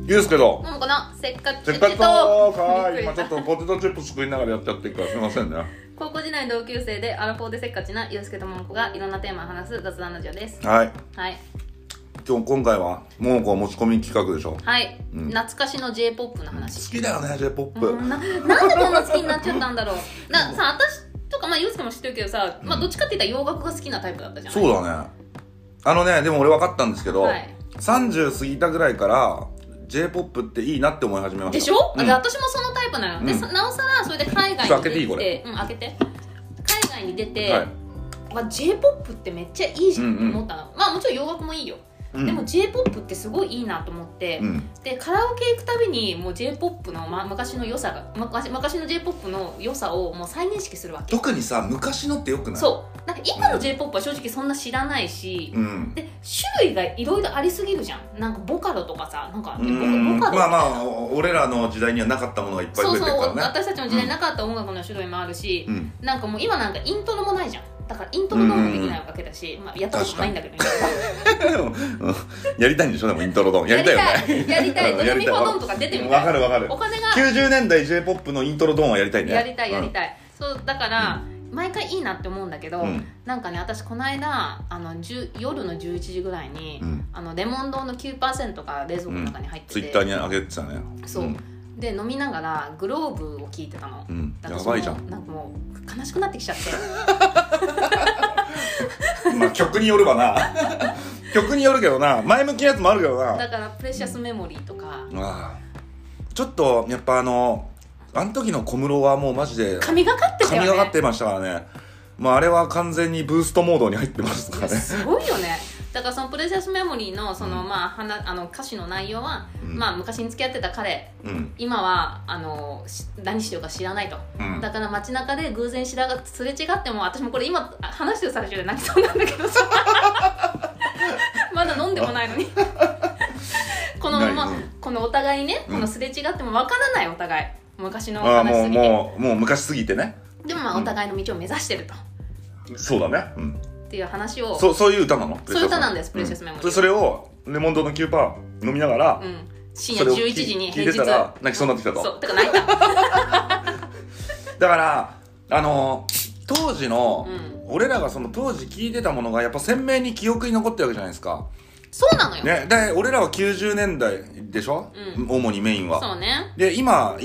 ゆうすけどももこのせっかちトークはい、今ちょっとポテトチップ作りながらやっちゃってるからすみませんね。 高校時代の同級生でアラフォーでせっかちなゆうすけとももこがいろんなテーマを話す雑談ラジオです。 はい、 はい、 今回はももこ持ち込み企画でしょ。 はい、懐かしの J-POP の話。 好きだよね J-POP、 なんでこんな好きになっちゃったんだろう。さ、私とかゆうすけも知ってるけどさ、どっちかって言ったら洋楽が好きなタイプだったじゃん。 そうだね。でも俺分かったんですけど、はい、30過ぎたぐらいからJ-POP っていいなって思い始めました。 でしょ、で私もそのタイプなの、でなおさらそれで海外に出て開けて海外に出て、はい、J-POP ってめっちゃいいじゃんって思ったの、もちろん洋楽もいいよ、でも J-POP ってすごいいいなと思って、でカラオケ行くたびにもう J-POP の、昔の良さが昔の J-POP の良さをもう再認識するわけ。 特にさ昔のってよくない？ そうなんか今の J-POP は正直そんな知らないし、で種類がいろいろありすぎるじゃん。なんかボカロとかさ、なんか、ボカロ俺らの時代にはなかったものがいっぱい増えてるからね。 そう私たちの時代になかった音楽の種類もあるし、なんかもう今なんかイントロもないじゃん。だからイントロドンもできないわけだし、やったことないんだけどやりたいんでしょ。でもイントロドンやりたいよね。 やりたいドレミファドンとか出てみたい。 わかるお金が90年代 J-POP のイントロドンはやりたいね。 やりたい、そうだから、毎回いいなって思うんだけど、なんかね私この間夜の11時ぐらいに、レモン堂の 9% が冷蔵庫の中に入ってて、 ツイッターに上げてたね。 そうで飲みながらグローブを聴いてたの、 やばいじゃん。 なんかもう悲しくなってきちゃって曲によるわな曲によるけどな、前向きなやつもあるけどな。 だからプレシャスメモリーとか、 ちょっとやっぱあの時の小室はもうマジで神がかってたよね。 神がかってましたからね。あれは完全にブーストモードに入ってますからね。 すごいよね。だからそのプレシャスメモリーのその、歌詞の内容は、昔に付き合ってた彼、今は何してるか知らないと、だから街中で偶然すれ違っても、私もこれ今話してる最中で泣きそうなんだけどさまだ飲んでもないのにこのお互いね、このすれ違っても分からないお互い昔の話すぎて、 もう昔すぎてね。 でもお互いの道を目指してると、 そうだね、 っていう話を。 そういう歌なの？ そういう歌なんです、プレシャスメモリー。 それをレモン堂の 9% 飲みながら、 深夜11時に平日聞いてたら泣きそうになってきたと。 そうだから泣いただから当時の、俺らがその当時聞いてたものがやっぱ鮮明に記憶に残ってるわけじゃないですか。 そうなのよ、 ね、で俺らは90年代でしょ、主にメインは。 そうね。 で今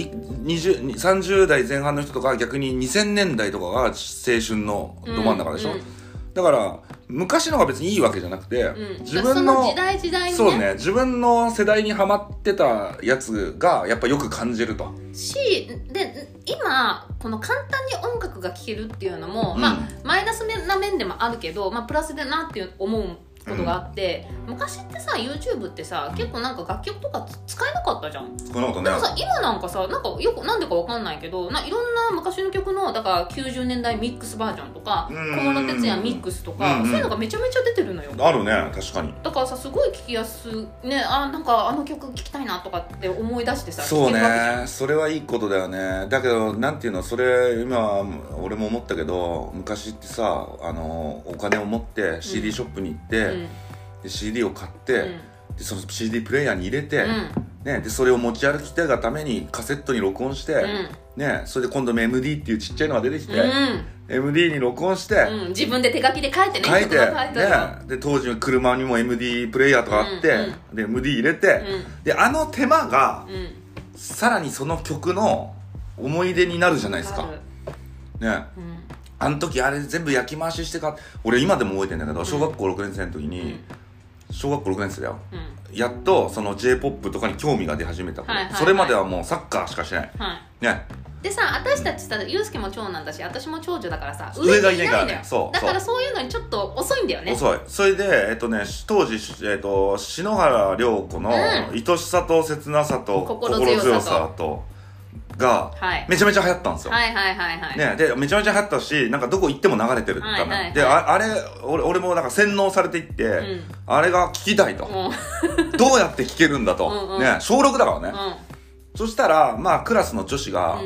30代前半の人とか逆に2000年代とかが青春のど真ん中でしょ、だから昔のが別にいいわけじゃなくて、自分の時代にね、 そうね、自分の世代にハマってたやつがやっぱよく感じるとで今この簡単に音楽が聴けるっていうのも、マイナスな面でもあるけど、プラスでなって思うことがあって、昔ってさ YouTube ってさ、結構なんか楽曲とか使えなかったじゃん。 使えなかったね。 でもさ今なんかさ、なんかよくなんでかわかんないけど、いろんな昔の曲のだから90年代ミックスバージョンとか、小室哲哉ミックスとか、そういうのがめちゃめちゃ出てるのよ。 あるね、確かに。だからさすごい聴きやすね、なんかあの曲聴きたいなとかって思い出してさ、 そうね、それはいいことだよね。だけどなんていうの、それ今俺も思ったけど、昔ってさお金を持って CD ショップに行って、で CD を買って、でその CD プレイヤーに入れて、でそれを持ち歩きたいがためにカセットに録音して、それで今度 MD っていうちっちゃいのが出てきて、MD に録音して、 自分で手書きで書いてね、 で当時の車にも MD プレイヤーとかあって、で MD 入れて、で手間が、さらにその曲の思い出になるじゃないですかね。あの時あれ全部焼き回ししてか、俺今でも覚えてんだけど、小学校6年生の時に、小学校6年生だよ、やっとその J-POP とかに興味が出始めた、それまではもうサッカーしかしない、ね。でさ、私たちさ、ユうスケも長男だし、私も長女だからさ、 上がいないからね。 そうだからそういうのにちょっと遅いんだよね。 遅い。それで当時篠原涼子の愛しさと切なさと心強さとがめちゃめちゃ流行ったんですよ。ね、でめちゃめちゃ流行ったし、なんかどこ行っても流れてるってね。であれ俺もなんか洗脳されていって、あれが聞きたいと、どうやって聞けるんだと、ね、小6だからね。そしたらクラスの女子が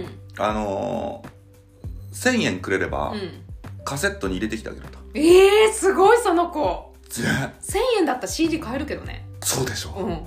1000円くれれば、カセットに入れてきてあげると。 すごいその子。1000円だったら CD 買えるけどね。 そうでしょ、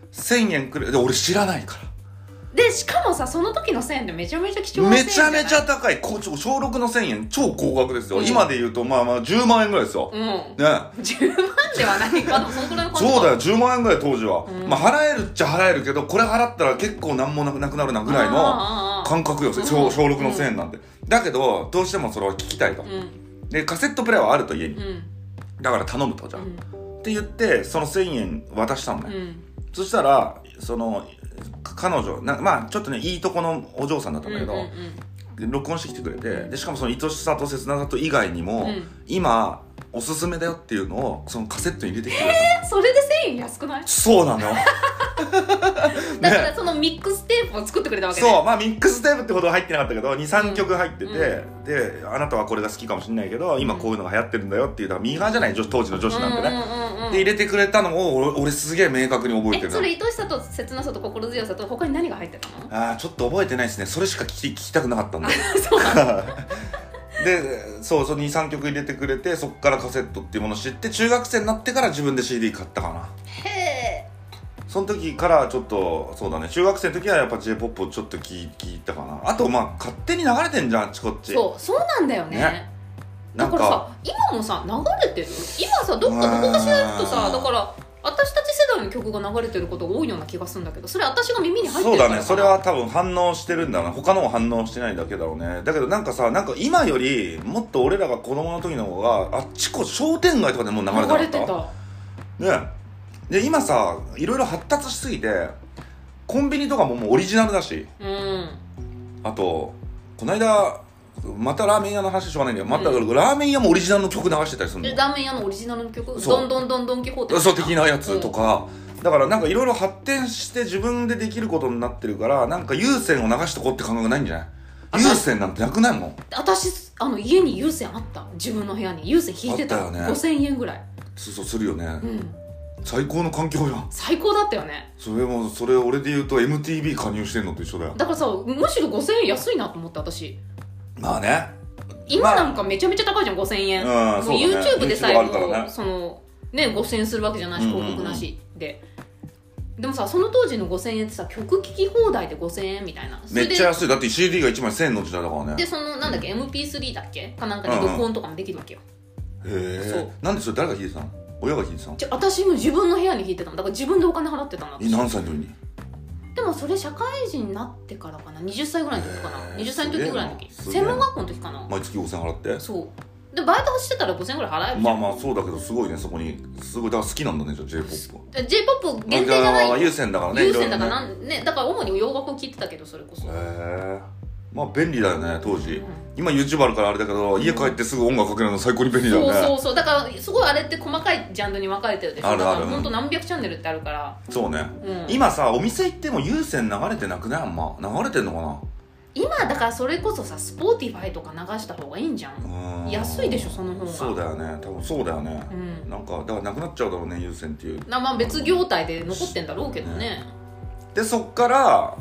1000円くらいで、俺知らないからで、しかもさ、その時の1000円ってめちゃめちゃ貴重な1000円めちゃめちゃ高い。小6の1000円超高額ですよ、今で言うとまあ10万円ぐらいですよ、ね、 10万ではないか。でもそのくらいの感じ。 そうだよ、10万円ぐらい当時は、まあ払えるっちゃ払えるけど、これ払ったら結構なんもなくなるなぐらいの感覚よ、小6の1000円なんて、だけどどうしてもそれは聞きたいと、でカセットプレイヤーはあると家に、だから頼むと、じゃあ、って言ってその1000円渡したのね、そしたらその彼女まあちょっとねいいとこのお嬢さんだったんだけど、録音してきてくれて、でしかもその愛しさと切なさと以外にも、今おすすめだよっていうのをそのカセットに入れてきてくれた。 それで1000円安くない？ そうなのよだからそのミックステープを作ってくれたわけね。 そう、まあミックステープってほどは入ってなかったけど 2,3 曲入ってて、であなたはこれが好きかもしれないけど今こういうのが流行ってるんだよっていう、だからミーハーじゃない当時の女子なんでね、で入れてくれたのを俺すげえ明確に覚えてる。 それ愛しさと切なさと心強さと他に何が入ってたの？ ちょっと覚えてないですね。それしか聞きたくなかったんだよそうなんだでそう 2,3 曲入れてくれて、そっからカセットっていうものを知って、中学生になってから自分で CD 買ったかな。 へえ。 その時からちょっとそうだね、中学生の時はやっぱ J-POP をちょっと聞いたかな。あとまあ勝手に流れてんじゃん、あっちこっち。 そうなんだよね。だからさ、今もさ流れてる。今さどこかしら行くとさ、だから私たち世代の曲が流れてることが多いような気がするんだけど、それ私が耳に入ってるからかな。そうだね、 それは多分反応してるんだな。他のも反応してないだけだろうね。だけどなんかさ、なんか今よりもっと俺らが子供の時の方があっちこ商店街とかでもう流れてなかった？ 流れてたね。で今さいろいろ発達しすぎてコンビニとかももうオリジナルだし、あとこの間またラーメン屋の話しょうがないんだよ、またラーメン屋もオリジナルの曲流してたりするの。 ラーメン屋のオリジナルの曲、どんどんどんどんキホーテそう的なやつとか、だからなんかいろいろ発展して自分でできることになってるから、なんか有線を流しとこうって感覚ないんじゃない？有線なんてなくないもん。 私家に有線あった。自分の部屋に有線引いてたよね。5000円ぐらい。 そうするよね、最高の環境じゃん。 最高だったよね。 それ俺で言うと MTV 加入してんのと一緒だよ。 だからさ、むしろ5000円安いなと思って私。 まあね、 今なんかめちゃめちゃ高いじゃん、5000円、もう YouTube でさえもそのね5000円するわけじゃないし、広告なしで。でもさ、その当時の5000円ってさ、曲聴き放題で5000円みたいな。 めっちゃ安い。だって CD が1枚1000円の時代だからね。 でそのなんだっけ MP3 だっけかなんかに録音とかもできるわけよ。 へえ。なんでそれ誰が弾いてたの？親が弾いてたの？ 私も自分の部屋に弾いてたの。だから自分でお金払ってたの。 何歳の時に？ でもそれ社会人になってからかな。20歳ぐらいの時かな。20歳の時ぐらいの時、専門学校の時かな。 毎月5000円払って。 そうでバイトしてたら5000円ぐらい払えるじゃん。 まあそうだけどすごいね。そこにすごいだから好きなんだね。じゃあ J-POP J-POP 限定じゃない。 有線だからね。 有線だからね。だから主に洋楽を聴いてたけど、それこそまあ便利だよね当時、今 YouTube あるからあれだけど、家帰ってすぐ音楽かけるの最高に便利だよね。そうだからすごいあれって細かいジャンルに分かれてるでしょ。だからほんと何百チャンネルってあるから。そうね、今さお店行っても有線流れてなくない？あんま流れてんのかな今。だからそれこそさ、Spotify とか流した方がいいんじゃん。安いでしょその方が。そうだよね、多分そうだよね、なんかだからなくなっちゃうだろうね、有線っていう。まあ別業態で残ってんだろうけどね。でそっから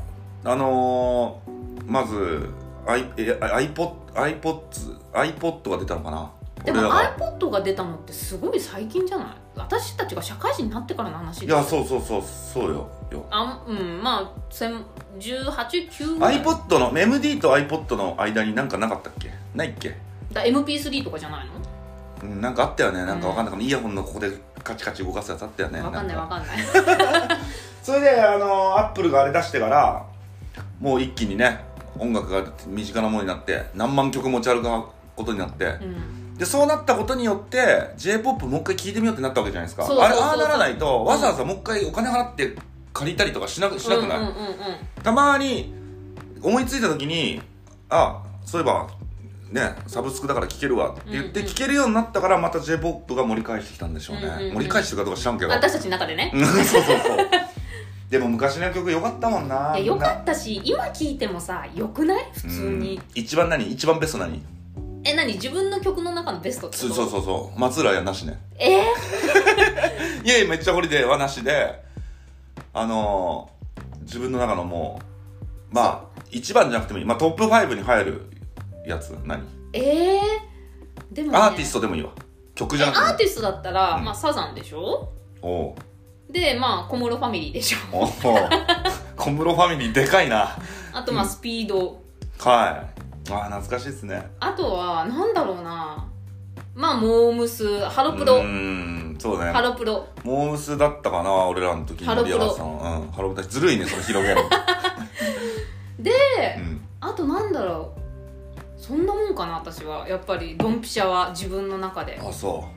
まずiPod が出たのかな。でも iPod が出たのってすごい最近じゃない？私たちが社会人になってからの話で。いやそうよ。まあ18、9ぐらい。iPod の MD と iPod の間になんかなかったっけ？ないっけ？MP3 とかじゃないの？なんかあったよね。なんかわかんない。イヤホンのここでカチカチ動かすやつあったよね。わかんないそれでApple があれ出してからもう一気にね音楽が身近なものになって何万曲持ち歩くことになって、でそうなったことによって J-POP もう一回聴いてみようってなったわけじゃないですか。ああならないとわざわざもう一回お金払って借りたりとかしなくない？たまに思いついた時にそういえばねサブスクだから聴けるわって言って聴けるようになったから、また J-POP が盛り返してきたんでしょうね。盛り返してるかどうか知らんけど、私たちの中でねそうでも昔の曲良かったもんな。良かったし、今聴いてもさ良くない？普通に。一番ベスト何？自分の曲の中のベストってこと？そう松浦やなしね。いやめっちゃホリデーはなしで、自分の中のもうまあ一番じゃなくてもいい、トップ5に入るやつ何？でも、ね、アーティストでもいいわ。曲じゃなくてアーティストだったら、サザンでしょ。 でまあ小室ファミリーでしょ。 小室ファミリーでかいな。 あとまあスピード、 はい、あ懐かしいですね。 あとはなんだろうな、まあモームス、ハロプロ、 そうね、 ハロプロ、 モームスだったかな俺らの時に。 ハロプロさん、ハロプロずるいねその広げるで、あとなんだろう、そんなもんかな私は。やっぱりドンピシャは自分の中で。 あそう、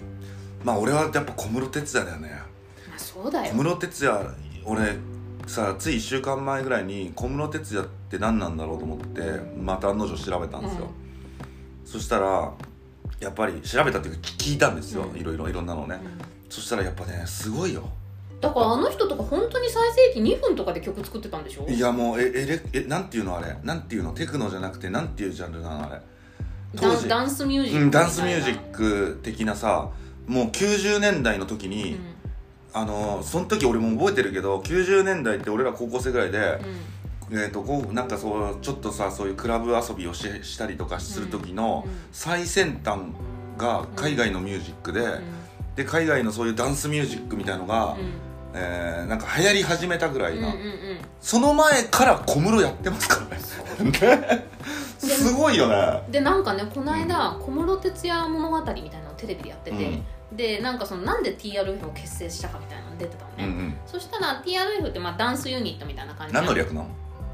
まあ俺はやっぱ小室哲哉だよね。 まあそうだよ。 小室哲哉、俺さつい1週間前ぐらいに小室哲哉って何なんだろうと思ってまた案の定調べたんですよ、そしたらやっぱり調べたっていうか聞いたんですよ、いろんなのね、そしたらやっぱねすごいよ。 だからあの人とか本当に最盛期2分とかで曲作ってたんでしょ。 いやもうなんていうのあれ、なんていうの、テクノじゃなくてなんていうジャンルなのあれ、 ダンスミュージック、 ダンスミュージック的なさ、もう90年代の時に、その時俺も覚えてるけど90年代って俺ら高校生ぐらいで、こうなんかそうちょっとさそういうクラブ遊びをしたりとかする時の最先端が海外のミュージックで、で海外のそういうダンスミュージックみたいのが、なんか流行り始めたぐらいな、その前から小室やってますからねすごいよね。 でなんかねこの間、小室哲哉物語みたいなのをテレビでやってて、でなんかそのなんで TRF を結成したかみたいなの出てたのね、そしたら TRF ってまあダンスユニットみたいな感じで、 何の略なの？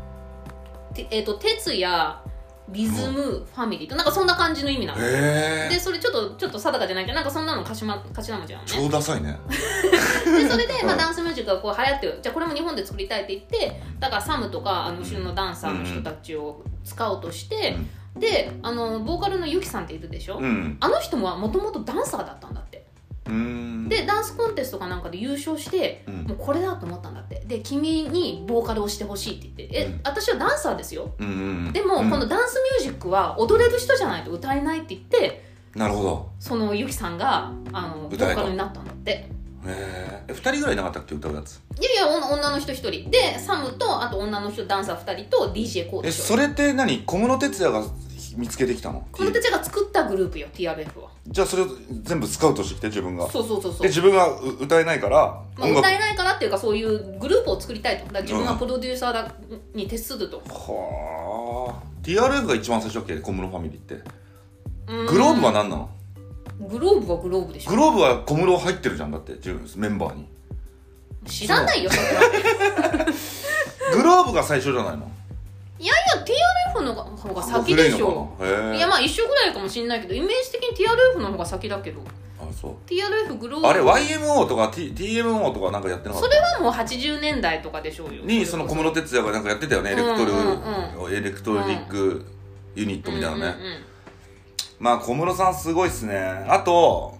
哲也リズムファミリーとなんかそんな感じの意味なの。でそれちょっと定かじゃないけどなんかそんなの頭文字なのね。 超ダサいねでそれで、まあ、ダンスミュージックがこう流行ってる、じゃあこれも日本で作りたいって言って、だからサムとか後ろのダンサーの人たちを使おうとして、でボーカルのユキさんっているでしょ、あの人ももともとダンサーだったんだって。でダンスコンテストかなんかで優勝して、もうこれだと思ったんだって。で君にボーカルをしてほしいって言って、私はダンサーですよ、でも、このダンスミュージックは踊れる人じゃないと歌えないって言って、 なるほど、 そのユキさんがボーカルになったんだって。 2人ぐらいなかったっけ歌うやつ。 いや女の人1人でサムとあと女の人ダンサー2人と DJ コード。 それって何、小室哲哉が見つけてきたの？ 小室哲哉が作ったグループよ TRF は。 じゃあそれを全部スカウトしてきて自分が。 そうで自分が歌えないから、 歌えないからっていうかそういうグループを作りたいと。だから自分がプロデューサーに徹すると。 はあ。 TRF が一番最初だっけ小室ファミリーって。グローブは何なの？ グローブはグローブでしょ。 グローブは小室入ってるじゃん、だってメンバーに。 知らないよそれはグローブが最初じゃないの？ いや TRF の方が先でしょ。いやまあ一緒ぐらいかもしれないけどイメージ的に TRF の方が先だけど。 あ、そう。 TRF グローブあれ YMO とか、TMO とかなんかやってなかった？ それはもう80年代とかでしょうよ。 にその小室哲哉がなんかやってたよね、エレクトリックユニットみたいなね。まあ小室さんすごいっすね。あと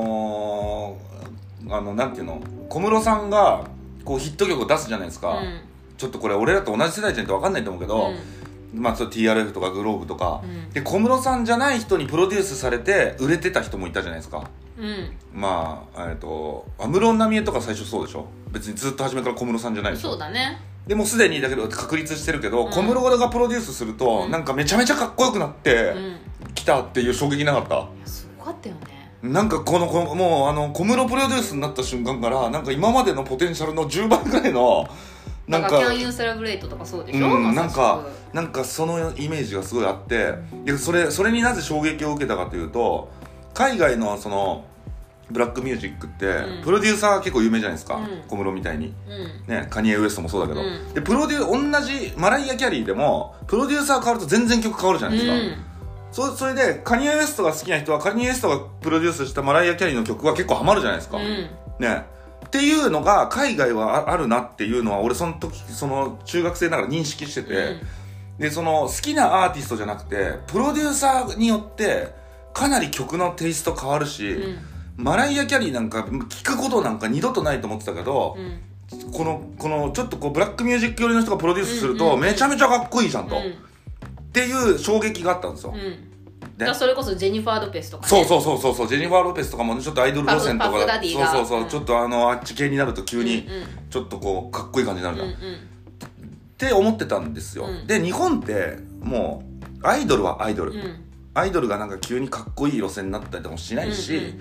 なんていうの、小室さんがこうヒット曲を出すじゃないですか、ちょっとこれ俺らと同じ世代じゃないと分かんないと思うけど、まあ、TRF とかグローブとか、で小室さんじゃない人にプロデュースされて売れてた人もいたじゃないですか、まあ安室奈美恵とか最初そうでしょ。別にずっと初めから小室さんじゃないでしょ。 そうだね。でもすでにだけど確立してるけど、小室がプロデュースすると、なんかめちゃめちゃかっこよくなってきたっていう衝撃なかった？ すごかったよね。 なんかもう小室プロデュースになった瞬間からなんか今までのポテンシャルの10倍ぐらいのなんか Can You Celebrate とかそうでしょ、 なんかそのイメージがすごいあって、それになぜ衝撃を受けたかというと、海外のそのブラックミュージックって、プロデューサーが結構有名じゃないですか、小室みたいに、ね、カニエ・ウエストもそうだけど、で同じマライア・キャリーでもプロデューサー変わると全然曲変わるじゃないですか、それでカニエ・ウエストが好きな人はカニエ・ウエストがプロデュースしたマライア・キャリーの曲は結構ハマるじゃないですか、ねっていうのが海外はあるなっていうのは俺その時その中学生ながら認識してて、でその好きなアーティストじゃなくてプロデューサーによってかなり曲のテイスト変わるし、マライア・キャリーなんか聞くことなんか二度とないと思ってたけど、このちょっとこうブラックミュージック寄りの人がプロデュースするとめちゃめちゃかっこいいじゃんと、っていう衝撃があったんですよ、 だそれこそジェニファー・ロペスとかね。 そうジェニファー・ロペスとかもちょっとアイドル路線とかそうちょっとあっち系になると急にちょっとこうかっこいい感じになるじゃん、って思ってたんですよ、で日本ってもうアイドルはアイドル、アイドルがなんか急にかっこいい路線になったりとかもしないし、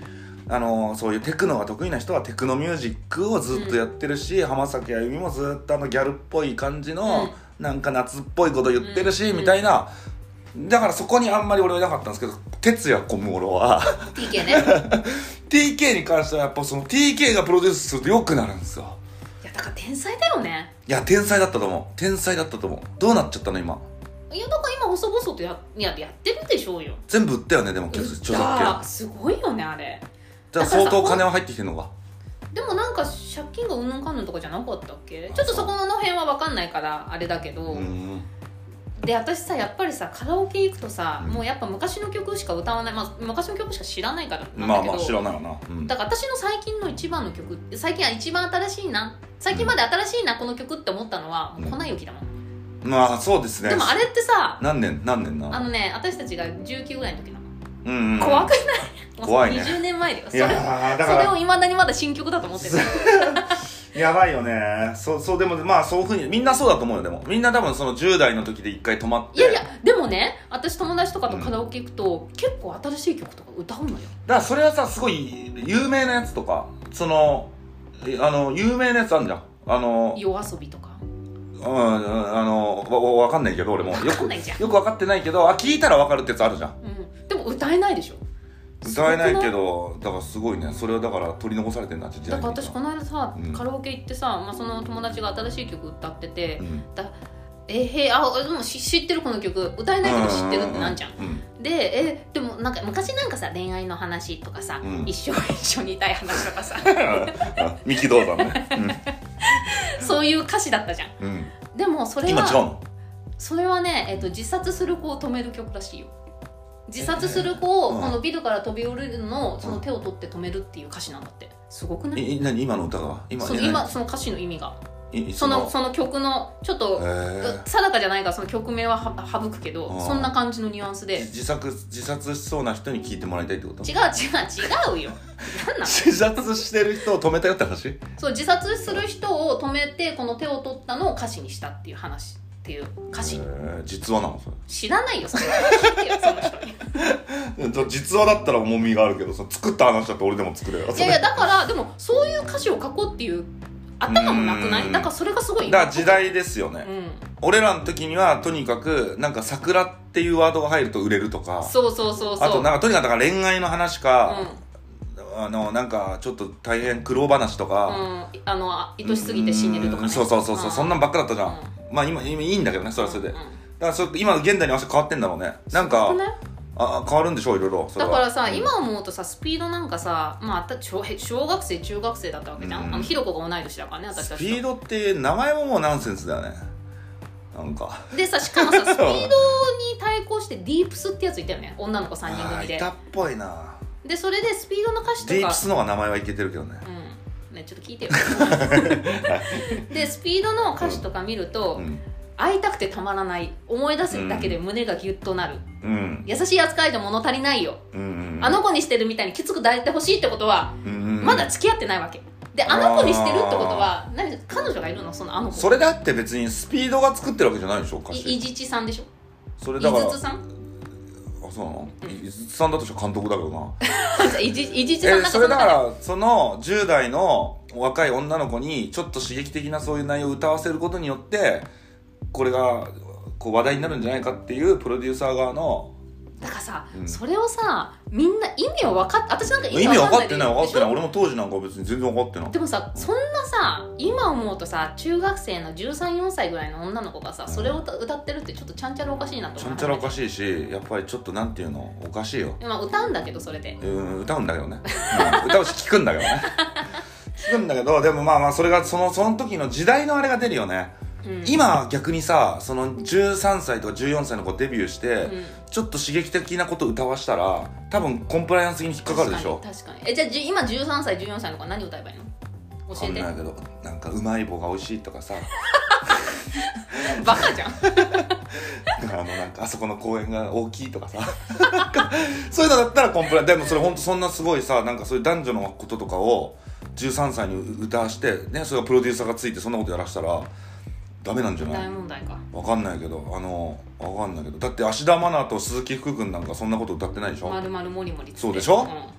そういうテクノが得意な人はテクノミュージックをずっとやってるし、浜崎あゆみもずっとギャルっぽい感じの、なんか夏っぽいこと言ってるし、みたいな。だからそこにあんまり俺はいなかったんですけど、哲也小室は TK ね TK に関してはやっぱその TK がプロデュースすると良くなるんですよ。 いやだから天才だよね。 いや天才だったと思う。どうなっちゃったの今。 いやだから今細々とやってるでしょうよ。 全部売ったよね。でも著作権すごいよねあれ。 じゃあ相当金は入ってきてるのか。 でもなんか借金がうんぬんかんぬんとかじゃなかったっけ。ちょっとそこの辺は分かんないからあれだけど。で私さやっぱりさカラオケ行くとさ、もうやっぱ昔の曲しか歌わない、昔の曲しか知らないからなんだけど、 知らないよな、 だから私の最近の一番の曲、最近は一番新しいな、最近まで新しいなこの曲って思ったのはもう粉雪だもん。 まあそうですね。 でもあれってさ何年な私たちが19ぐらいの時なの。怖くない？ 怖いね。 20年前だよ。 それをいまだにまだ新曲だと思ってる。 やばいよね。そうでもまあそういうふうにみんなそうだと思うよ。でもみんな多分その10代の時で一回止まって。 いやでもね、私友達とかとカラオケ行くと、結構新しい曲とか歌うのよ。 だからそれはさすごい有名なやつとかその有名なやつあるじゃん。 夜遊びとか。 わかんないけど俺もよく分かってないけど聞いたら分かるってやつあるじゃん。 でも歌えないでしょ。 歌えないけどだからすごいね。それはだから取り残されてるな。だから私この間さ、カラオケ行ってさ、その友達が新しい曲歌ってて、でも知ってるこの曲、歌えないけど知ってるってなんじゃん。ででもなんか昔なんかさ恋愛の話とかさ、一生一緒にいたい話とかさ三木道山ねそういう歌詞だったじゃん。でもそれは今違うの？ それはね、自殺する子を止める曲らしいよ。自殺する子をこのビルから飛び降りるのをその手を取って止めるっていう歌詞なんだって。すごくない？ 何今の歌が今その歌詞の意味がその曲のちょっと定かじゃないからその曲名は省くけど、そんな感じのニュアンスで自殺しそうな人に聞いてもらいたいってこと？ 違うよ何なの？ 自殺してる人を止めたよって話？そう、 自殺する人を止めてこの手を取ったのを歌詞にしたっていう話っていう歌詞。 実話なのそれ？ 知らないよそれ。聞いてよその人に実話だったら重みがあるけどさ、作った話だと俺でも作れるよ。 いやだからでもそういう歌詞を書こうっていう頭もなくない？だからそれがすごい。 だから時代ですよね。俺らの時にはとにかくなんか桜っていうワードが入ると売れるとか。そうあとなんかとにかくだから恋愛の話か、なんかちょっと大変苦労話とか、 愛しすぎて死ねるとかね。 そうそんなんばっかだったじゃん。まあ今いいんだけどね、それはそれで。だから今現代に合わせて変わってんだろうね。なんか変わるんでしょいろいろ。 だからさ、今思うとさスピードなんかさ、小学生中学生だったわけじゃん。ひろこが同い年だからね私たちと。 スピードって名前ももうナンセンスだよね。なんかでさ、しかもさスピードに対抗してディープスってやついたよね、女の子3人組で。 いたっぽいな。 でそれでスピードの歌詞とかディープスの方が名前はいけてるけどね。 ね、ちょっと聞いてよでスピードの歌詞とか見ると、会いたくてたまらない、思い出すだけで胸がギュッとなる、優しい扱いで物足りないよ、あの子にしてるみたいにきつく抱いてほしいってことは、まだ付き合ってないわけで、あの子にしてるってことは彼女がいるの？そのあの子。 それだって別にスピードが作ってるわけじゃないでしょ歌詞。 伊地知さんでしょ。 それだから伊地さん。 そうなの？伊地さんだとしたら監督だけどな。 伊地さんなんかそれだからその10代の若い女の子にちょっと刺激的なそういう内容を歌わせることによってこれがこう話題になるんじゃないかっていうプロデューサー側の。 だからさ、それをさみんな意味を分かって、私なんか意味分かってない俺も当時なんか別に全然分かってない。 でもさ、そんなさ今思うとさ中学生の13、14歳ぐらいの女の子がさ、それを歌ってるってちょっとちゃんちゃらおかしいなと思う。 ちゃんちゃらおかしいし、やっぱりちょっとなんていうのおかしいよ。 歌うんだけどそれで歌うんだけどね、歌うし聞くんだけどね聞くんだけど、でもまあそれがその時の時代のあれが出るよね。今逆にさ、その13歳とか14歳の子デビューして、ちょっと刺激的なこと歌わしたら多分コンプライアンスに引っかかるでしょ。 確かに。じゃあ今13歳14歳の子は何歌えばいいの？教えて。 分かんないけど、なんかうまい棒が美味しいとかさバカじゃんなんかあそこの公園が大きいとかさそういうのだったらコンプライアンス。でもそれ本当そんなすごいさ、なんかそういう男女のこととかを13歳に歌わしてね、それがプロデューサーがついてそんなことやらしたらダメなんじゃない？ 大問題か。 分かんないけど分かんないけど、だって芦田愛菜と鈴木福君なんかそんなこと歌ってないでしょ。 まるまるもりもり。 そうでしょ、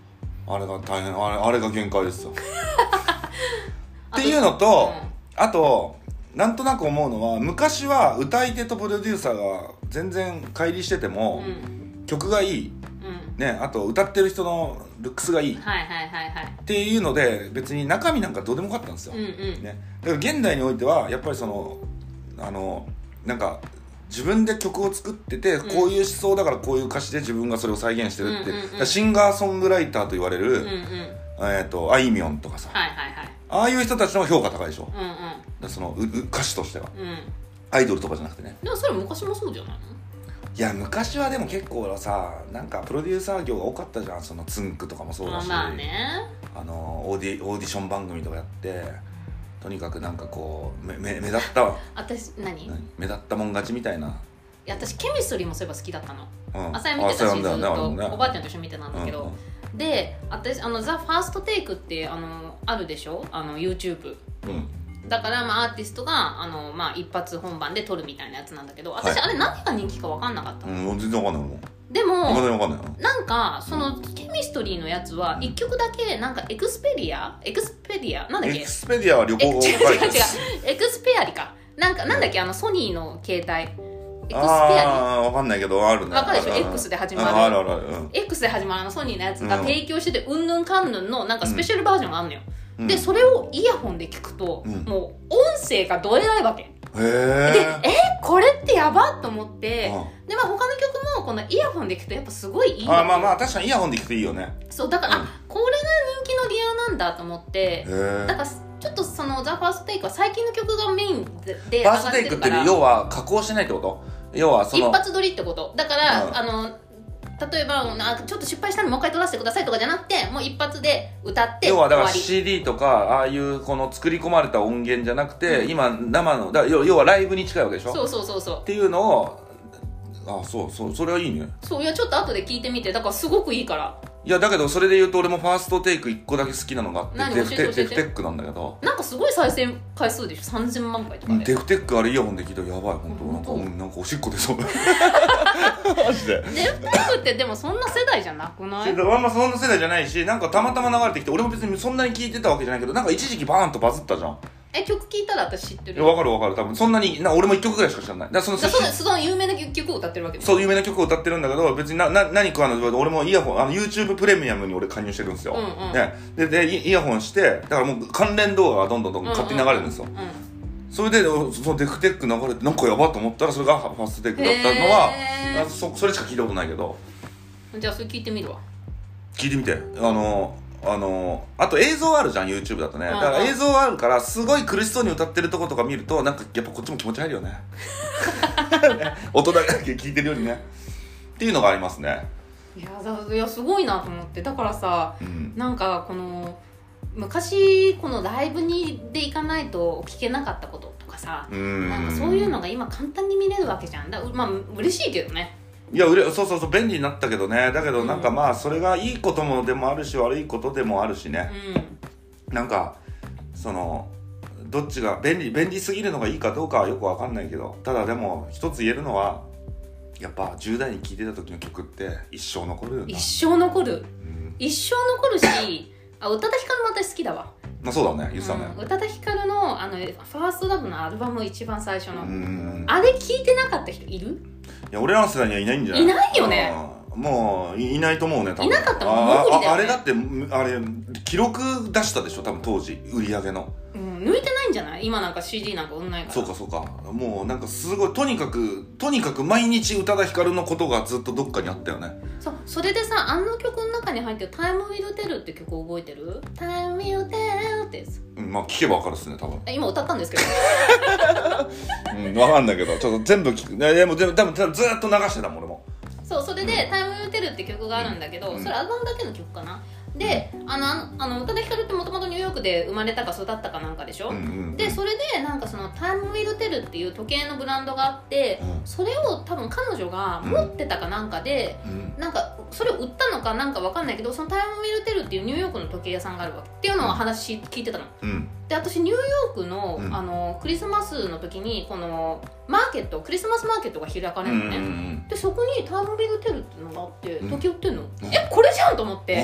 あれが大変、あれが限界ですよっていうのと、あとなんとなく思うのは、昔は歌い手とプロデューサーが全然乖離してても、曲がいい、ね、あと歌ってる人のルックスがいい、っていうので別に中身なんかどうでもよかったんですよ、ね、だから現代においてはやっぱりそのなんか自分で曲を作ってて、こういう思想だからこういう歌詞で自分がそれを再現してるって、シンガーソングライターと言われる、あいみょんとかさ、ああいう人たちの評価高いでしょ、その歌手としては、アイドルとかじゃなくてね。 でもそれ昔もそうじゃないの？ いや昔はでも結構さ、なんかプロデューサー業が多かったじゃん。そのつんくとかもそうだし、 まあね、 オーディション番組とかやって、とにかくなんかこう目立った私目立ったもん勝ちみたいな。いや私ケミストリーもそういえば好きだったの、朝や見てたし、ずっとおばあちゃんと一緒に見てたんだけど、で私ザ・ファーストテイクってあるでしょ、YouTube、だから、アーティストが一発本番で撮るみたいなやつなんだけど、私、あれ何が人気か分かんなかったの、 全然分かんないもん。 でも今で分かんないなんかそのケミストリーのやつは1曲だけなんかエクスペディアなんだっけ、 エクスペディアは旅行違うエクスペアリかなんだっけ、ソニーの携帯エクスペアリ分かんないけどあるね。 分かるでしょ、X で始まる、X で始まるソニーのやつが提供してて、うんぬんかんぬんのなんかスペシャルバージョンがあるのよ、でそれをイヤホンで聞くと、もう音声がどえらいわけで、これってやばっと思って、で他の曲もこのイヤホンで聞くとやっぱすごいいいわけ。 確かにイヤホンで聞くといいよね。 そうだから、これが人気の理由なんだと思って、だからちょっとそのザ・ファーストテイクは最近の曲がメインで上がってるから。ファーストテイクって要は加工してないってこと？要はその一発撮りってことだから、例えばちょっと失敗したのでもう一回撮らせてくださいとかじゃなくて、もう一発で歌って要はだから CD とかああいうこの作り込まれた音源じゃなくて、今生の要はライブに近いわけでしょ。 そうっていうのをそれはいいね。 そういやちょっと後で聞いてみて、だからすごくいいから。 いやだけどそれで言うと俺もファーストテイク1個だけ好きなのがあって、デフテックなんだけど、 なんかすごい再生回数でしょ、3000万回とかで。 デフテックあれイヤホンで聞いたらやばい本当なんかおしっこ出そうマジで。 デフテックってでもそんな世代じゃなくない？ そんな世代じゃないし、なんかたまたま流れてきて、俺も別にそんなに聞いてたわけじゃないけど、なんか一時期バーンとバズったじゃん。 曲聴いたら私知ってる。 わかる多分そんなに俺も1曲ぐらいしか知らない。だからその有名な曲を歌ってるわけ。 そう有名な曲を歌ってるんだけど、別に何か俺もイヤホンYouTube プレミアムに俺加入してるんですよ、でイヤホンして、だからもう関連動画がどんどん勝手に流れるんですよ、それでそのデフテック流れてなんかやばと思ったら、それがファーストテイクだったのはそれしか聞いたことないけど。 じゃあそれ聞いてみるわ。 聞いてみて。あと映像あるじゃん YouTube だとね。だから映像あるからすごい苦しそうに歌ってるとことか見ると、なんかやっぱこっちも気持ち入るよね音だけ聞いてるよりねっていうのがありますね。 いやすごいなと思って。だからさ、なんかこの昔このライブで行かないと聞けなかったこととかさ、なんかそういうのが今簡単に見れるわけじゃん。嬉しいけどね。 いやそう便利になったけどね。だけどなんかそれがいいこともでもあるし悪いことでもあるしね、なんかそのどっちが便利すぎるのがいいかどうかはよく分かんないけど、ただでも一つ言えるのはやっぱ10代に聴いてた時の曲って一生残るよな。 一生残る、一生残るし宇多田ヒカルも私好きだわ。 そうだね、言ってたね。 宇多田ヒカルのファーストラブのアルバム一番最初のあれ聴いてなかった人いる？ いや俺らの世代にはいないんじゃない？ いないよね。 もういないと思うね多分。 いなかったもん。無理だよね。 あれだって記録出したでしょ多分当時売り上げの。 抜いてないんじゃない？今なんか CD なんか売んないから。 そうかもうなんかすごいとにかく毎日宇多田ヒカルのことがずっとどっかにあったよね。 それでさ、あの曲の中に入ってる Time Will Tell って曲覚えてる？ Time Will Tell ってやつ。 聞けば分かるっすね多分。 今歌ったんですけど分かんないけどちょっと全部聞く。でも多分ずっと流してたもん俺も。 それで Time Will Tell って曲があるんだけど、それアルバムだけの曲かな。で宇多田ヒカルってもともとニューヨークで生まれたか育ったかなんかでしょ、でそれでなんかそのタイムウィルテルっていう時計のブランドがあって、それを多分彼女が持ってたかなんかで、なんかそれを売ったのかなんか分かんないけど、そのタイムウィルテルっていうニューヨークの時計屋さんがあるわけっていうのを話聞いてたの、で私ニューヨークの、クリスマスの時にこのクリスマスマーケットが開かれるのね、でそこにタイムウィルテルっていうのがあって時計売ってんの、これじゃんと思って、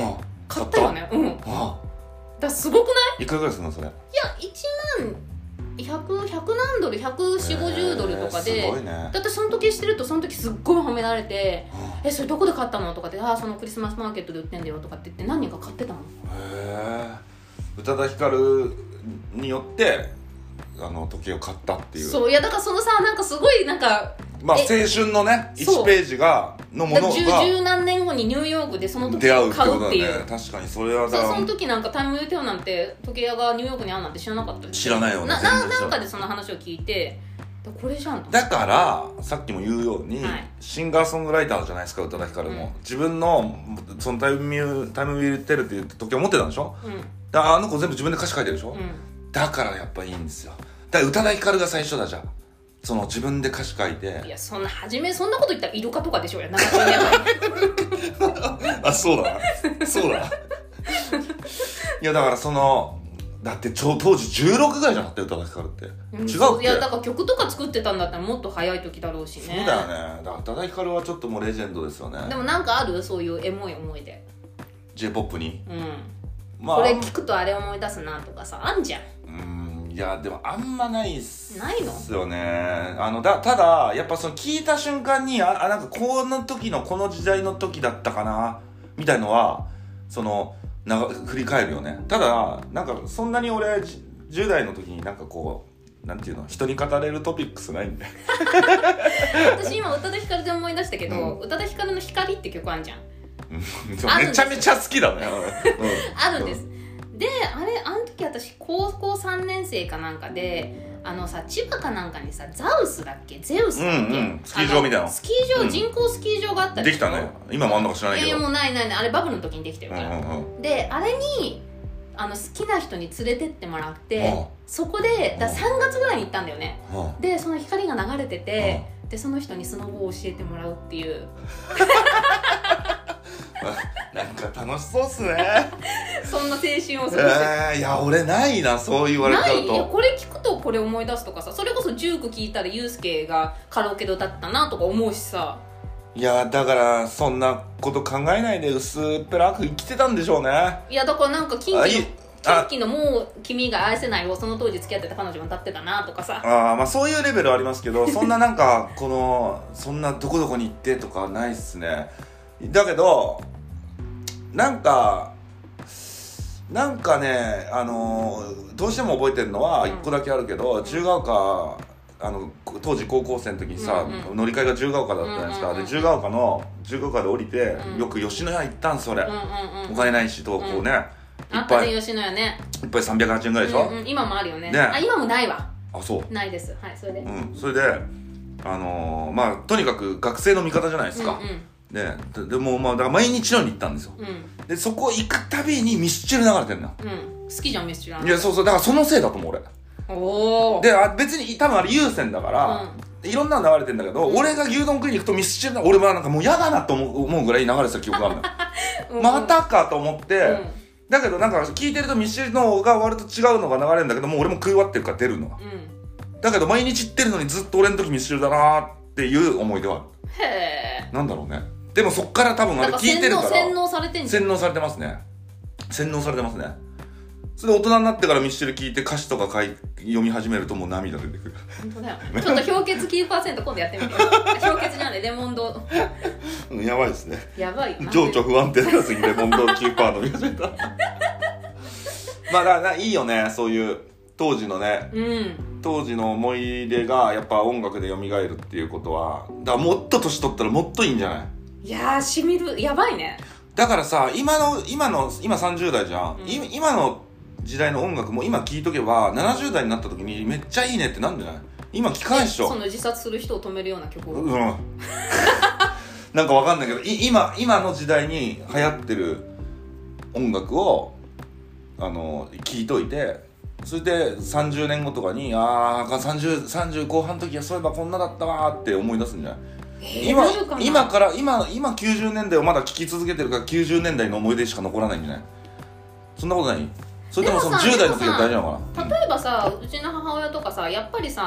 買ったよね。うん。だすごくない？ いくらぐらいするのそれ？いや1万100何ドル14050ドルとかで、 すごいね。 だってその時してるとその時すっごい褒められてそれどこで買ったのとかってそのクリスマスマーケットで売ってんだよとかって言って何人か買ってたもん。 宇多田ヒカルによって時計を買ったっていう。 そう、いやだからそのさなんかすごいなんかまあ青春のね1ページのものが十何年後にニューヨークでその時計を買うっていう。 確かにそれはその時なんかタイムユーテオなんて時計屋がニューヨークにあるなんて知らなかった。 知らないよね。 なんかでその話を聞いてこれじゃんと。 だからさっきも言うように、シンガーソングライターじゃないですか宇多田ヒカルも、自分のそのタイムユーテルっていう時計を持ってたんでしょ、あの子全部自分で歌詞書いてるでしょ、だからやっぱいいんですよ。だから宇多田ヒカルが最初だじゃん。その自分で歌詞書いて。 いやそんな初めそんなこと言ったらイルカとかでしょうよ70年前あ、そうだなそうだないやだからだって当時16ぐらいじゃなかった宇多田ヒカルって、違うっけ？ いやだから曲とか作ってたんだったらもっと早い時だろうしね。 そうだよね。だから宇多田ヒカルはちょっともうレジェンドですよね。 でもなんかあるそういうエモい思い出 J-POP に、 まあ、これ聞くとあれ思い出すなとかさあんじゃん。 いやでもあんまないっすよね。 ないの？ ただやっぱ聞いた瞬間になんかこの時のこの時代の時だったかなみたいのは振り返るよね。ただなんかそんなに俺10代の時になんかこうなんていうの人に語れるトピックスないんで私今宇多田ヒカルで思い出したけど、宇多田ヒカルの光って曲あんじゃんめちゃめちゃ好きだねあるんです。であの時私高校3年生かなんかでさ千葉かなんかにさゼウスだっけスキー場みたいなスキー場、人工スキー場があったでしょ。できたね。今もあんのか知らないけど。 いやもうないあれバブルの時にできてるから、であれに好きな人に連れてってもらって、そこで3月ぐらいに行ったんだよね、でその光が流れてて、でその人にスノボを教えてもらうっていうなんか楽しそうっすねそんな青春を過ごしていや俺ないなそう言われちゃうと。 ない。いやこれ聞くとこれ思い出すとかさ、それこそジューク聞いたらユースケがカラオケで歌ったなとか思うしさ。 いやだからそんなこと考えないで薄っぺらく生きてたんでしょうね。 いやだからなんかキンキのもう君が愛せないをその当時付き合ってた彼女も歌ってたなとかさ。 まあそういうレベルありますけどそんななんかそんなどこどこに行ってとかないっすね。だけどなんかねどうしても覚えてるのは1個だけあるけど、自由が丘当時高校生の時にさ、乗り換えが自由が丘だったじゃないですか。で自由が丘で降りて、よく吉野家行ったんですそれ、お金ないしどうこうね、 いっぱい吉野家ね、 いっぱい308円ぐらいでしょ、 今もあるよね。今もないわ。 そうないです。はい、それでそれでまあとにかく学生の味方じゃないですか。でもだから毎日のように行ったんですよ、でそこ行くたびにミスチル流れてんの、 好きじゃんミスチル。 いやそうだからそのせいだと思う俺。で別に多分あれ優先だから、いろんなの流れてんだけど、俺が牛丼食いに行くとミスチル俺はなんかもう嫌だなと思うぐらい流れてた記憶があるのまたかと思って、だけどなんか聞いてるとミスチルのが割と違うのが流れるんだけど、もう俺も食い終わってるから出るのは、だけど毎日行ってるのにずっと俺の時ミスチルだなっていう思い出はある。 へえ。 なんだろうね。でもそっから多分あれ聞いてるから洗脳されてんじゃん。 洗脳されてますね。それで大人になってからミスチル聞いて歌詞とか読み始めるともう涙出てくる。 本当だよちょっと氷結 9% 今度やってみてよ氷結じゃないレモンドやばいですね。 やばい。 情緒不安定なすぎレモンド 9% 飲み始めたまあだからいいよねそういう当時のね、当時の思い出がやっぱ音楽で蘇るっていうことは、だからもっと年取ったらもっといいんじゃない？ いやーしみる。やばいね。 だからさ今30代じゃん、今の時代の音楽も今聴いとけば70代になった時にめっちゃいいねってなんじゃない？今聴かないでしょ。 その自殺する人を止めるような曲をなんかわかんないけど今の時代に流行ってる音楽を聴いといて、それで30年後とかに30後半の時はそういえばこんなだったわって思い出すんじゃない？今90年代をまだ聴き続けてるから90年代の思い出しか残らないんじゃない？そんなことない？それともその10代の時が大事なのかな？ 例えばさ、うちの母親とかさ、やっぱりさ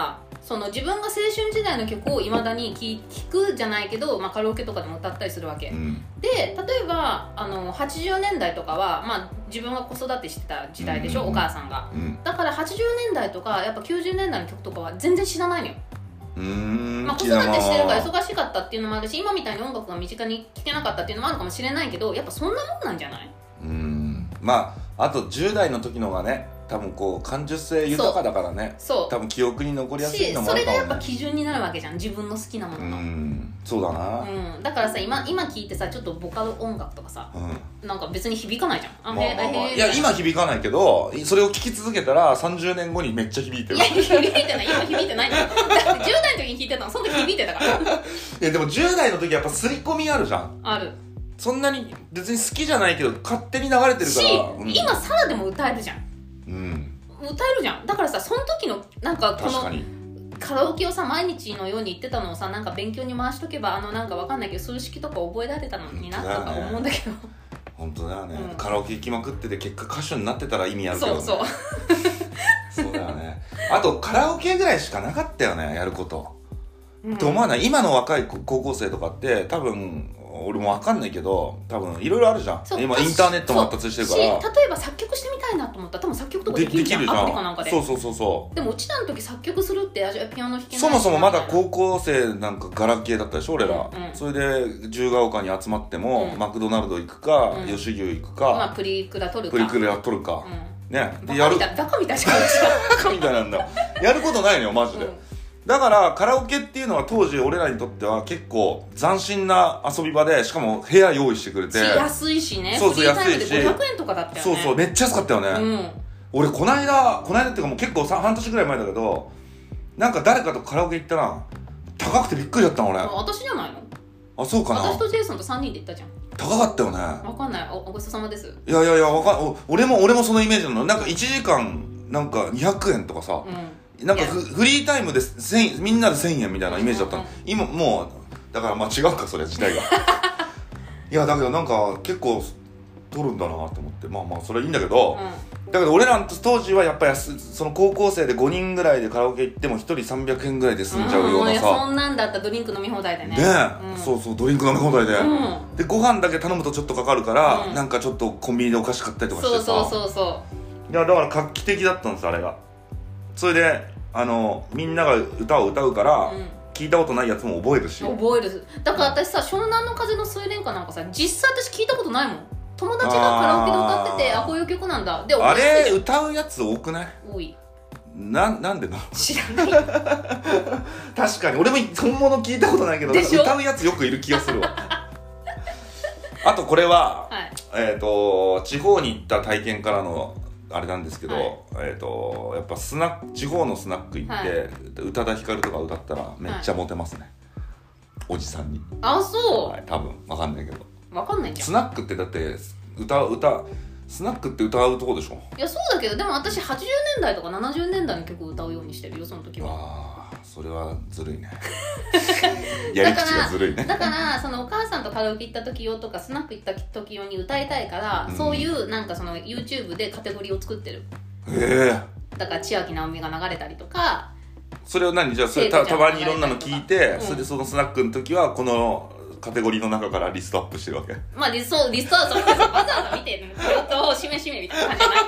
その自分が青春時代の曲をいまだに聴くじゃないけど、カラオケとかでも歌ったりするわけ、で例えば80年代とかは、自分が子育てしてた時代でしょ、お母さんが、だから80年代とかやっぱ90年代の曲とかは全然知らないのよ。子育てしてるから忙しかったっていうのもあるし、今みたいに音楽が身近に聴けなかったっていうのもあるかもしれないけど、やっぱそんなもんなんじゃない？ あと10代の時のがね、多分こう感受性豊かだからね、多分記憶に残りやすいのもあるかもね。それがやっぱ基準になるわけじゃん、自分の好きなものの。 そうだな、 だからさ、今聞いてさ、ちょっとボカロ音楽とかさ、なんか別に響かないじゃん。いや今響かないけど、それを聴き続けたら30年後にめっちゃ響いてる。 いや響いてない、今響いてないの。だって10代の時に聴いてたの、その時響いてたから。いやでも10代の時やっぱ刷り込みあるじゃん。 ある。 そんなに別に好きじゃないけど勝手に流れてるから、 今サラでも歌えるじゃん。歌えるじゃん。だからさ、その時のなんかこのカラオケをさ、毎日のように言ってたのをさ、なんか勉強に回しとけば、なんかわかんないけど数式とか覚えられたのになとか思うんだけど。 本当だよね、カラオケ行きまくってて結果歌手になってたら意味あるけど、ね、そうだよね。あとカラオケぐらいしかなかったよね、やること、って思わない？今の若い高校生とかって多分俺も分かんないけど、多分いろいろあるじゃん。今インターネットも発達してるから、例えば作曲してみたいなと思ったら多分作曲とかできるじゃん、アプリかなんかで。 そうでもうちらの時作曲するってピアノ弾けないし、 そもそもまだ高校生なんかガラケーだったでしょ俺ら、それで自由が丘に集まっても、マクドナルド行くか、吉牛行くか、 プリクラ取るか、ね、 でやるバカみたいじゃん。 バカみたいなんだ。やることないのよマジで。だからカラオケっていうのは当時俺らにとっては結構斬新な遊び場で、しかも部屋用意してくれて、 安いしね。 そう安いし、 500円とかだったよね。 そうめっちゃ安かったよね、俺こないだっていうかもう結構半年ぐらい前だけど、なんか誰かとカラオケ行ったら高くてびっくりだったの俺。 私じゃないの？ あ、そうかな。 私とジェイソンと3人で行ったじゃん。 高かったよね。 わかんない、おごちそうさまです。 いや俺もそのイメージなの。なんか1時間なんか200円とかさ、なんかフリータイムでみんなで1000円みたいなイメージだったの、今もうだから違うかそれ自体が。いやだけどなんか結構取るんだなと思って、それはいいんだけど、だけど俺らの当時はやっぱりその高校生で5人ぐらいでカラオケ行っても1人300円ぐらいで済んじゃうようなさ、 そんなんだったらドリンク飲み放題でね。 そうドリンク飲み放題で、でご飯だけ頼むとちょっとかかるから、なんかちょっとコンビニでお菓子買ったりとかしてさ、いやだから画期的だったんですあれが。それでみんなが歌を歌うから、聞いたことないやつも覚えるし。 覚える。だから私さ、湘南の風の睡蓮花なんかさ、実際私聞いたことないもん。友達がカラオケで歌ってて、こういう曲なんだ。で、 あれ歌うやつ多くない？ 多い。 なんでな？ 知らない。 確かに俺も本物聞いたことないけど、歌うやつよくいる気がするわ。あとこれは、地方に行った体験からのあれなんですけど、やっぱ地方のスナック行って、宇多田ヒカルとか歌ったらめっちゃモテますね、おじさんに。 そう、 多分分かんないけど。 分かんないじゃん。 スナックってだってスナックって歌うとこでしょ。 いやそうだけど、でも私80年代とか70年代の曲を歌うようにしてるよ、その時は。 それはずるいね。やり口がずるいね。 だからそのお母さんとカラオケ行った時用とかスナック行った時用に歌いたいから、そういうなんかその YouTube でカテゴリーを作ってる。だから千秋直美が流れたりとか。 それをじゃあそれたまにいろんなの聞いて、それでそのスナックの時はこのカテゴリーの中からリストアップしてるわけ。リストはそれわざわざ見てるのとしめしめみたいな感じじゃない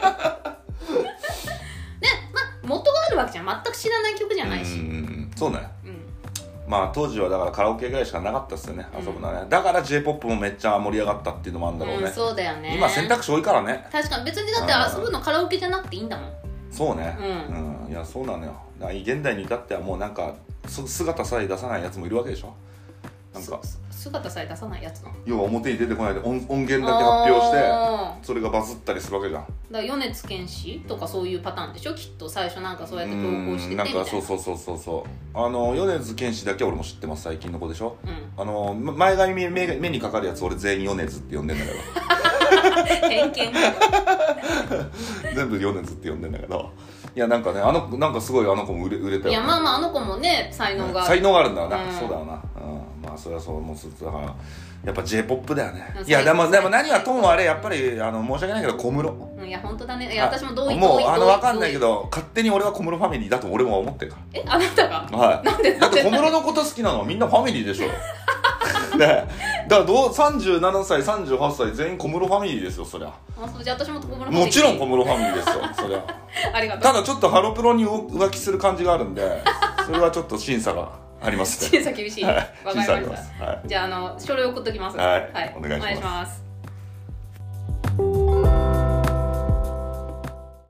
で、元があるわけじゃん。全く知らない曲じゃないし。 そうね。当時はだからカラオケぐらいしかなかったっすよね、遊ぶのはね。だから J-POP もめっちゃ盛り上がったっていうのもあるんだろうね。 そうだよね。 今選択肢多いからね。 確かに。別にだって遊ぶのカラオケじゃなくていいんだもん。 そうね。いやそうなのよ。現代に至ってはもうなんか姿さえ出さないやつもいるわけでしょ。なんか姿さえ出さないやつ。 要は表に出てこないで音源だけ発表してそれがバズったりするわけじゃん。だから米津玄師とかそういうパターンでしょ、きっと。最初なんかそうやって投稿しててみたいな。 なんかそう米津玄師だけ俺も知ってます、最近の子でしょ。前髪目にかかるやつ俺全員米津って呼んでんだけど。 偏見。 全部米津って呼んでんだけど、いやなんかね、なんかすごいあの子も売れたよね。 いやあの子もね才能があるんだよな。そうだよな。それはそうもうだからやっぱ J-POP だよね。いやでも何はともあれやっぱり申し訳ないけど小室。 いや本当だね。いや私も同意。 もう分かんないけど勝手に俺は小室ファミリーだと俺も思ってるから。 あなたが？ はい。 なんでだって小室のこと好きなのはみんなファミリーでしょ。ね、だから37歳38歳全員小室ファミリーですよそりゃ。 じゃあ私も小室ファミリー。 もちろん小室ファミリーですよそりゃ。 ありがとう。 ただちょっとハロプロに浮気する感じがあるんでそれはちょっと審査がありますね。 審査厳しい。わかりました。じゃあ書類送っときます。 はい、お願いします。